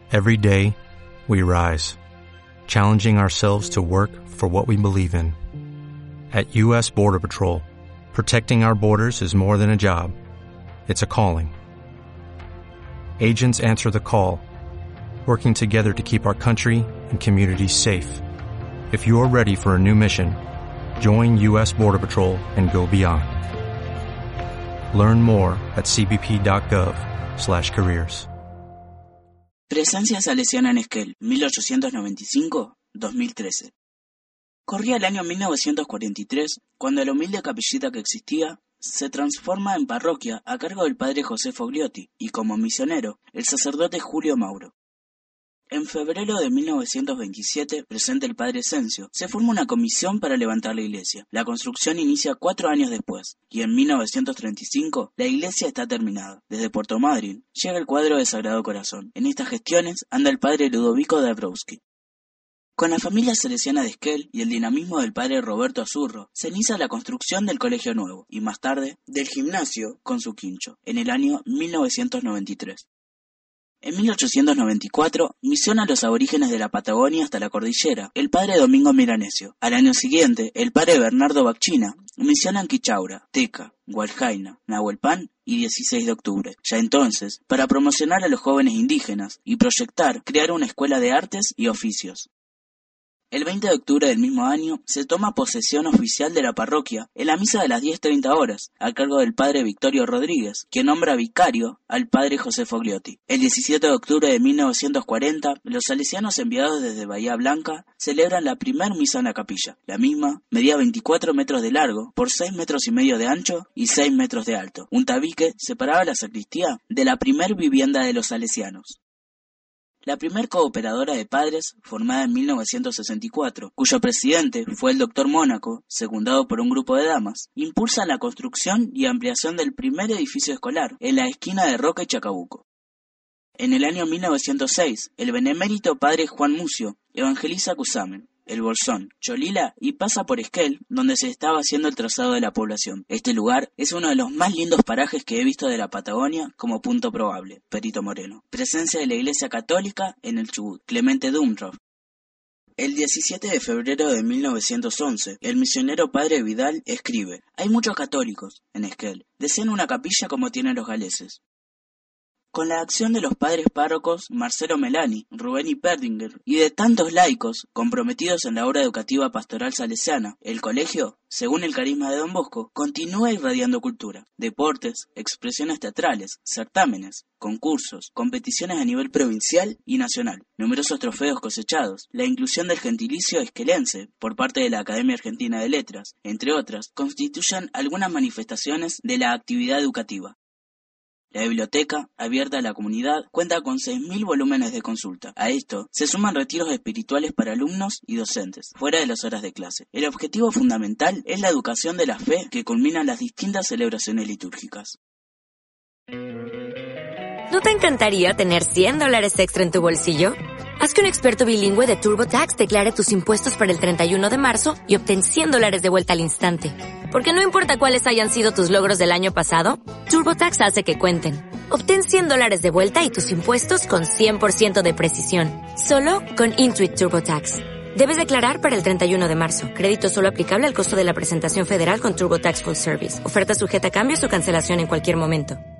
Every day, we rise, challenging ourselves to work for what we believe in. At U.S. Border Patrol, protecting our borders is more than a job. It's a calling. Agents answer the call, working together to keep our country and communities safe. If you're ready for a new mission, join U.S. Border Patrol and go beyond. Learn more at cbp.gov/careers. Presencia salesiana en Esquel, 1895-2013. Corría el año 1943, cuando la humilde capillita que existía se transforma en parroquia a cargo del padre José Fogliotti y como misionero, el sacerdote Julio Mauro. En febrero de 1927, presente el padre Esencio, se forma una comisión para levantar la iglesia. La construcción inicia 4 años después, y en 1935 la iglesia está terminada. Desde Puerto Madryn llega el cuadro de Sagrado Corazón. En estas gestiones anda el padre Ludovico Dabrowski. Con la familia salesiana de Esquel y el dinamismo del padre Roberto Azurro, se inicia la construcción del colegio nuevo, y más tarde, del gimnasio con su quincho, en el año 1993. En 1894, misiona a los aborígenes de la Patagonia hasta la cordillera, el padre Domingo Milanesio. Al año siguiente, el padre Bernardo Bacchina misiona en Quichaura, Teca, Hualjaina, Nahuelpan y 16 de octubre. Ya entonces, para promocionar a los jóvenes indígenas y proyectar crear una escuela de artes y oficios. El 20 de octubre del mismo año se toma posesión oficial de la parroquia en la misa de las 10:30 horas, a cargo del padre Victorio Rodríguez, que nombra vicario al padre José Fogliotti. El 17 de octubre de 1940, los salesianos enviados desde Bahía Blanca celebran la primer misa en la capilla. La misma medía 24 metros de largo por 6,5 metros de ancho y 6 metros de alto. Un tabique separaba la sacristía de la primer vivienda de los salesianos. La primer cooperadora de padres, formada en 1964, cuyo presidente fue el doctor Mónaco, secundado por un grupo de damas, impulsa la construcción y ampliación del primer edificio escolar, en la esquina de Roca y Chacabuco. En el año 1906, el benemérito padre Juan Mucio evangeliza Cusamen, El Bolsón, Cholila y pasa por Esquel, donde se estaba haciendo el trazado de la población. Este lugar es uno de los más lindos parajes que he visto de la Patagonia como punto probable. Perito Moreno. Presencia de la Iglesia Católica en el Chubut. Clemente Dumroff. El 17 de febrero de 1911, el misionero padre Vidal escribe: «Hay muchos católicos en Esquel. Desean una capilla como tienen los galeses». Con la acción de los padres párrocos Marcelo Melani, Rubén y Perdinger y de tantos laicos comprometidos en la obra educativa pastoral salesiana, el colegio, según el carisma de Don Bosco, continúa irradiando cultura, deportes, expresiones teatrales, certámenes, concursos, competiciones a nivel provincial y nacional, numerosos trofeos cosechados, la inclusión del gentilicio esquelense por parte de la Academia Argentina de Letras, entre otras, constituyen algunas manifestaciones de la actividad educativa. La biblioteca, abierta a la comunidad, cuenta con 6.000 volúmenes de consulta. A esto se suman retiros espirituales para alumnos y docentes, fuera de las horas de clase. El objetivo fundamental es la educación de la fe que culmina las distintas celebraciones litúrgicas. ¿No te encantaría tener $100 extra en tu bolsillo? Haz que un experto bilingüe de TurboTax declare tus impuestos para el 31 de marzo y obtén $100 de vuelta al instante. Porque no importa cuáles hayan sido tus logros del año pasado, TurboTax hace que cuenten. Obtén $100 de vuelta y tus impuestos con 100% de precisión. Solo con Intuit TurboTax. Debes declarar para el 31 de marzo. Crédito solo aplicable al costo de la presentación federal con TurboTax Full Service. Oferta sujeta a cambios o cancelación en cualquier momento.